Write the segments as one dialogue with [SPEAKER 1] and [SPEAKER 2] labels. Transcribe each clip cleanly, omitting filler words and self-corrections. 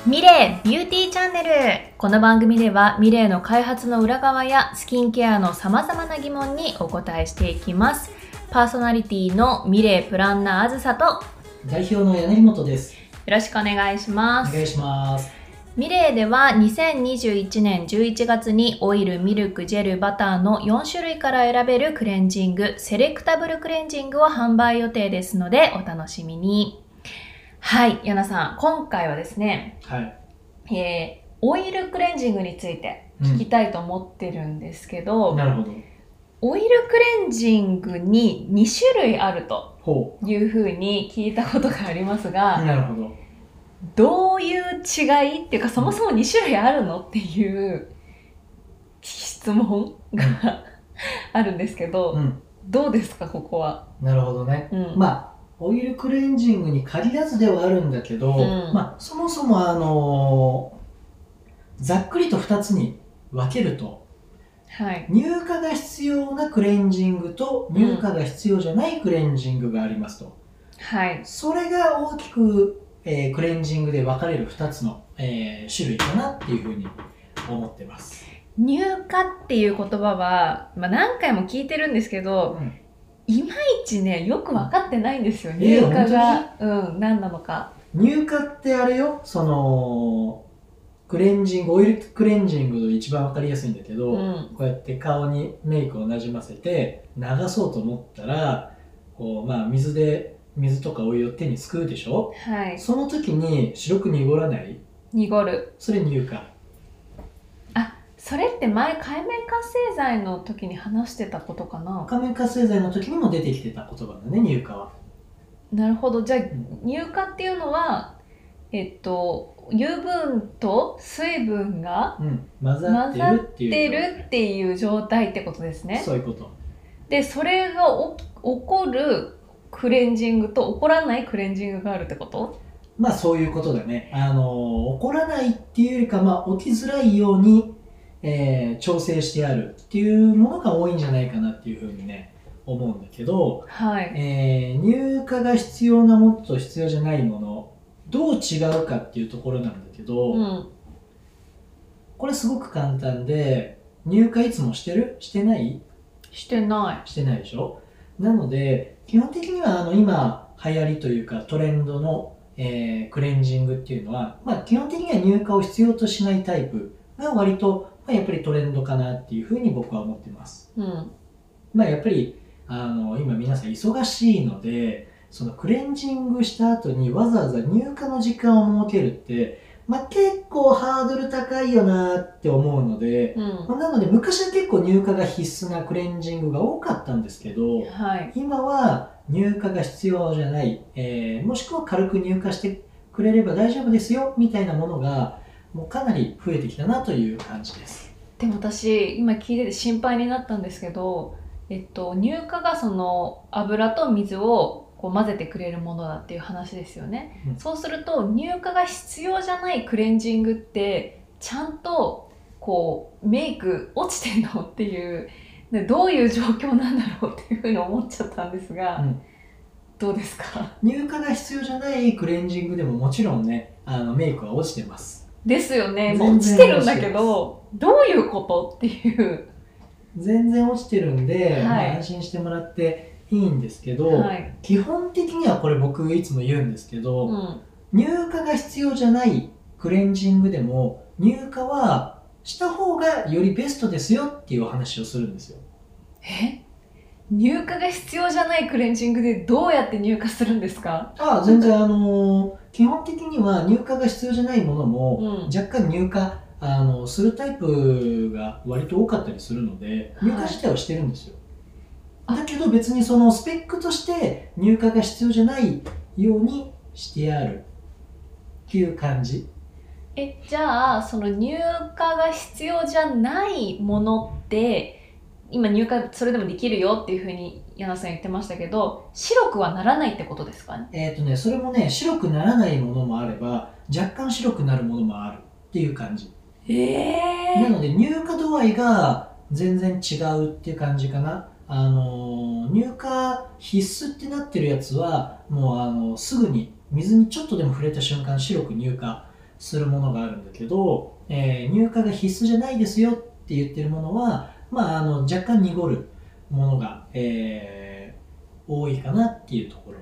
[SPEAKER 1] ミレイビューティーチャンネル。この番組ではミレイの開発の裏側やスキンケアの様々な疑問にお答えしていきます。パーソナリティのミレイプランナーあずさと
[SPEAKER 2] 代表の柳本です。
[SPEAKER 1] よろしくお願いします。
[SPEAKER 2] お願いします。
[SPEAKER 1] ミレイでは2021年11月にオイル、ミルク、ジェル、バターの4種類から選べるクレンジング、セレクタブルクレンジングを販売予定ですのでお楽しみに。はい、ヤナさん、今回はですね、
[SPEAKER 2] はい。
[SPEAKER 1] オイルクレンジングについて聞きたいと思ってるんですけど、
[SPEAKER 2] なるほど。
[SPEAKER 1] オイルクレンジングに2種類あるというふうに聞いたことがありますが、
[SPEAKER 2] なるほど。
[SPEAKER 1] どういう違いっていうか、そもそも2種類あるのっていう質問があるんですけど、どうですかここは。
[SPEAKER 2] なるほどね。オイルクレンジングに限らずではあるんだけど、そもそもざっくりと2つに分けると、乳化が必要なクレンジングと乳化が必要じゃないクレンジングがありますと。それが大きく、クレンジングで分かれる2つの、種類かなっていうふうに思ってます。
[SPEAKER 1] 乳化っていう言葉は、何回も聞いてるんですけど、いまいちね、よく分かってないんですよ、乳化が、何なのか。
[SPEAKER 2] 乳化ってあれよ、クレンジング、オイルクレンジングの一番分かりやすいんだけど、こうやって顔にメイクをなじませて流そうと思ったら、水とかお湯を手にすくうでしょ、その時に白く濁らない？
[SPEAKER 1] 濁る。
[SPEAKER 2] それ乳化。
[SPEAKER 1] それって前界面活性剤の時に話してたことかな。
[SPEAKER 2] 界面活性剤の時にも出てきてた言葉だね、乳化は。
[SPEAKER 1] なるほど。じゃあ、乳化っていうのは油分と水分が
[SPEAKER 2] 混ざって
[SPEAKER 1] るっていう状態ってことですね。
[SPEAKER 2] そういうこと。で、
[SPEAKER 1] それが起こるクレンジングと起こらないクレンジングがあるってこと？
[SPEAKER 2] そういうことだね。起こらないっていうよりか、起きづらいように調整してあるっていうものが多いんじゃないかなっていうふうにね思うんだけど、乳化が必要なものと必要じゃないものどう違うかっていうところなんだけど、これすごく簡単で、乳化いつもしてる？してない？
[SPEAKER 1] してない。
[SPEAKER 2] してないでしょ。なので基本的には今流行りというかトレンドの、クレンジングっていうのは、基本的には乳化を必要としないタイプが割とやっぱりトレンドかなっていうふうに僕は思ってます。やっぱり今皆さん忙しいので、そのクレンジングした後にわざわざ乳化の時間を設けるって、結構ハードル高いよなって思うので、なので昔は結構乳化が必須なクレンジングが多かったんですけど、今は乳化が必要じゃない、もしくは軽く乳化してくれれば大丈夫ですよみたいなものがもうかなり増えてきたなという感じです。
[SPEAKER 1] でも私今聞いてて心配になったんですけど、乳化がその油と水を混ぜてくれるものだっていう話ですよね。そうすると乳化が必要じゃないクレンジングってちゃんとメイク落ちてんのっていう、どういう状況なんだろうっていうふうに思っちゃったんですが、どうですか？
[SPEAKER 2] 乳化が必要じゃないクレンジングでももちろんね、メイクは落ちてます。
[SPEAKER 1] ですよね。落ちてるんだけど、どういうことっていう。
[SPEAKER 2] 全然落ちてるんで、安心してもらっていいんですけど、基本的にはこれ僕いつも言うんですけど、乳化が必要じゃないクレンジングでも乳化はした方がよりベストですよっていうお話をするんですよ。
[SPEAKER 1] 乳化が必要じゃないクレンジングでどうやって乳化するんですか？
[SPEAKER 2] 全然基本的には乳化が必要じゃないものも、若干乳化するタイプが割と多かったりするので、乳化自体はしてるんですよ。だけど別にそのスペックとして乳化が必要じゃないようにしてあるっていう感じ。
[SPEAKER 1] じゃあその乳化が必要じゃないものって今乳化それでもできるよっていうふうに柳さん言ってましたけど、白くはならないってことですかね？
[SPEAKER 2] それもね、白くならないものもあれば若干白くなるものもあるっていう感じ。なので乳化度合いが全然違うっていう感じかな。乳化必須ってなってるやつはもうすぐに水にちょっとでも触れた瞬間白く乳化するものがあるんだけど、乳化が必須じゃないですよって言ってるものは、若干濁るものが、多いかなっていうところ。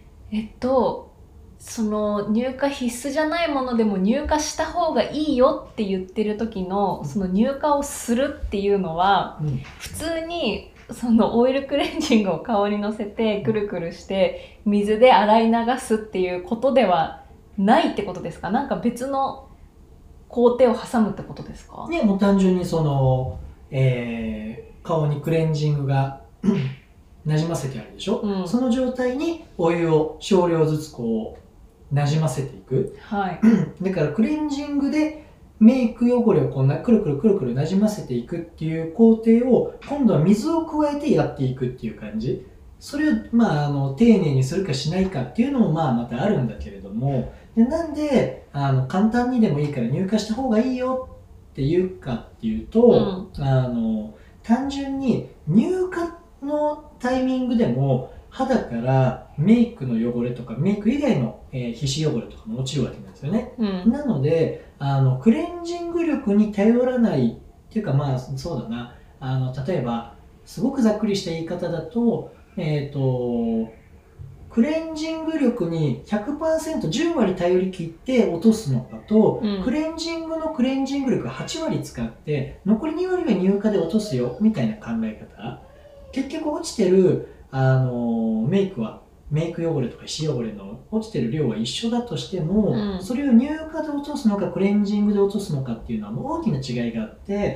[SPEAKER 1] その乳化必須じゃないものでも乳化した方がいいよって言ってる時のその乳化をするっていうのは、普通にそのオイルクレンジングを顔にのせてくるくるして水で洗い流すっていうことではないってことですか？なんか別の工程を挟むってことですか？
[SPEAKER 2] ね、もう単純にその、顔にクレンジングがなじませてあるでしょ、その状態にお湯を少量ずつこうなじませていく、だからクレンジングでメイク汚れをこうくるくるくるくるなじませていくっていう工程を今度は水を加えてやっていくっていう感じ。それを、丁寧にするかしないかっていうのもまたあるんだけれども、でなんで簡単にでもいいから乳化した方がいいよっていうかっていうと、単純に乳化のタイミングでも肌からメイクの汚れとかメイク以外の、皮脂汚れとかも落ちるわけなんですよね、なのでクレンジング力に頼らないっていうか、そうだな、例えばすごくざっくりした言い方だと、クレンジング力に 100%10 割頼り切って落とすのかと、クレンジングのクレンジング力8割使って残り2割は乳化で落とすよみたいな考え方。結局落ちてるメイクはメイク汚れとか皮脂汚れの落ちてる量は一緒だとしても、それを乳化で落とすのかクレンジングで落とすのかっていうのはもう大きな違いがあって、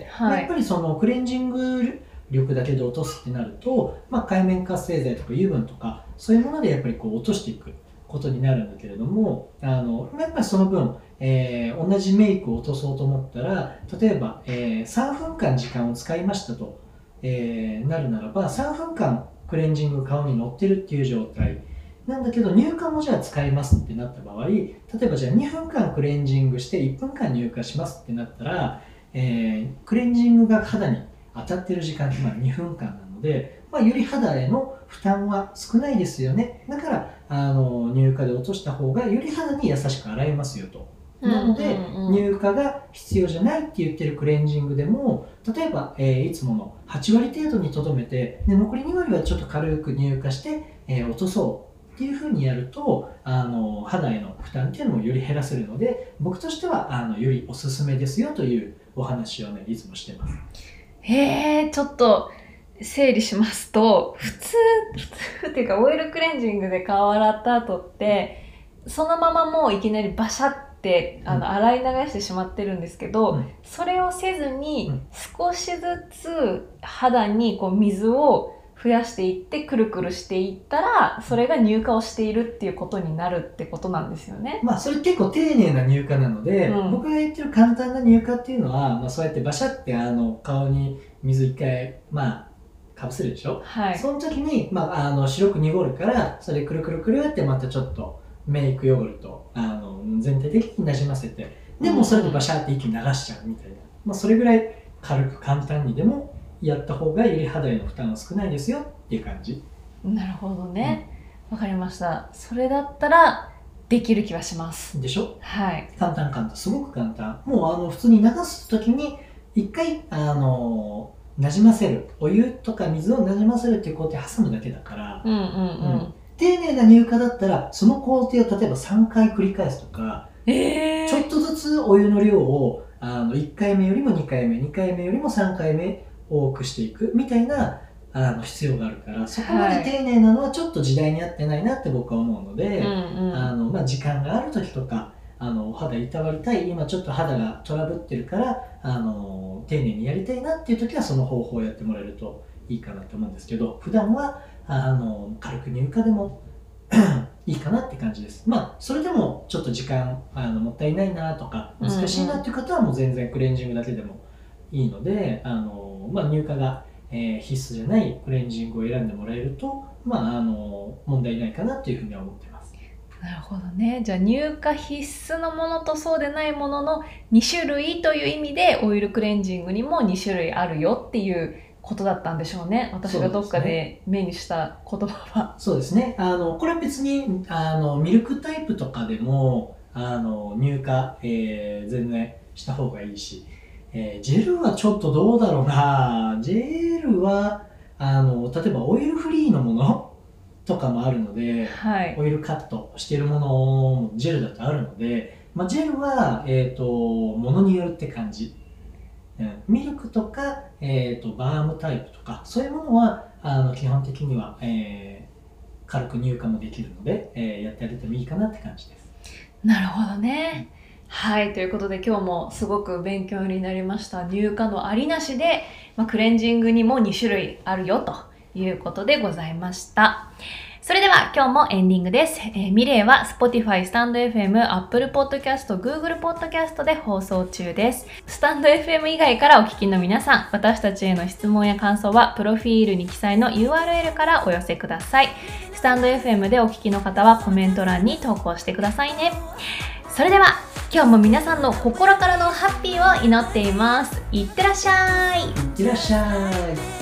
[SPEAKER 2] やっぱりそのクレンジング力だけで落とすってなると、界面活性剤とか油分とかそういうものでやっぱりこう落としていくことになるんだけれども、やっぱりその分、同じメイクを落とそうと思ったら、例えば、3分間時間を使いましたと、なるならば3分間クレンジング顔に乗ってるっていう状態なんだけど、乳化もじゃあ使いますってなった場合、例えばじゃあ2分間クレンジングして1分間乳化しますってなったら、クレンジングが肌に当たってる時間って2分間なので、より肌への負担は少ないですよね。だから乳化で落とした方がより肌に優しく洗えますよと。なので、乳化が必要じゃないって言ってるクレンジングでも、例えば、いつもの8割程度にとどめて、で残り2割はちょっと軽く乳化して、落とそうっていうふうにやると肌への負担っていうのもより減らせるので、僕としてはよりおすすめですよというお話をねいつもしてます。
[SPEAKER 1] ちょっと整理しますと、普通っていうかオイルクレンジングで顔洗った後ってそのままもういきなりバシャって洗い流してしまってるんですけど、それをせずに少しずつ肌にこう水を増やしていってくるくるしていったら、それが乳化をしているっていうことになるってことなんですよね。
[SPEAKER 2] それ結構丁寧な乳化なので、僕が言ってる簡単な乳化っていうのは、そうやってバシャって顔に水一回かぶせるでしょ、その時に、白く濁るからそれくるくるくるってまたちょっとメイク汚れと全体的になじませて、でもそれでバシャって一気に流しちゃうみたいな、それぐらい軽く簡単にでもやった方がより肌への負担は少ないですよっていう感じ。
[SPEAKER 1] なるほどね、わかりました。それだったらできる気はします
[SPEAKER 2] でしょ。
[SPEAKER 1] 簡
[SPEAKER 2] 単、すごく簡単。もう普通に流す時に一回なじませる、お湯とか水をなじませるっていう工程挟むだけだから、丁寧な乳化だったらその工程を例えば3回繰り返すとか、ちょっとずつお湯の量を1回目よりも2回目、2回目よりも3回目多くしていくみたいな必要があるから、そこまで丁寧なのはちょっと時代に合ってないなって僕は思うので、時間がある時とかお肌いたわりたい、今ちょっと肌がトラブってるから丁寧にやりたいなっていう時はその方法をやってもらえるといいかなと思うんですけど、普段は軽く乳化でもいいかなって感じです。それでもちょっと時間もったいないなとか難しいなっていう方はもう全然クレンジングだけでもいいので、乳化が必須じゃないクレンジングを選んでもらえると、問題ないかなというふうには思ってます。
[SPEAKER 1] なるほどね。じゃあ乳化必須のものとそうでないものの2種類という意味でオイルクレンジングにも2種類あるよっていうことだったんでしょうね。私がどっかで目にした言葉は。
[SPEAKER 2] そうですね。これは別にミルクタイプとかでも乳化、全然した方がいいし、ジェルはちょっとどうだろうな。ジェルは例えばオイルフリーのものとかもあるので、
[SPEAKER 1] はい、
[SPEAKER 2] オイルカットしているものもジェルだとあるので、ジェルは、ものによるって感じ。ミルクとか、バームタイプとか、そういうものは基本的には、軽く乳化もできるので、やってあげてもいいかなって感じです。
[SPEAKER 1] なるほどね。はい、ということで今日もすごく勉強になりました。乳化のありなしで、クレンジングにも2種類あるよということでございました。それでは今日もエンディングです。ミレイは Spotify、スタンド FM、Apple Podcast、Google Podcast で放送中です。スタンド FM 以外からお聞きの皆さん、私たちへの質問や感想はプロフィールに記載の URL からお寄せください。スタンド FM でお聞きの方はコメント欄に投稿してくださいね。それでは今日も皆さんの心からのハッピーを祈っています。いってらっしゃい。
[SPEAKER 2] いってらっしゃい。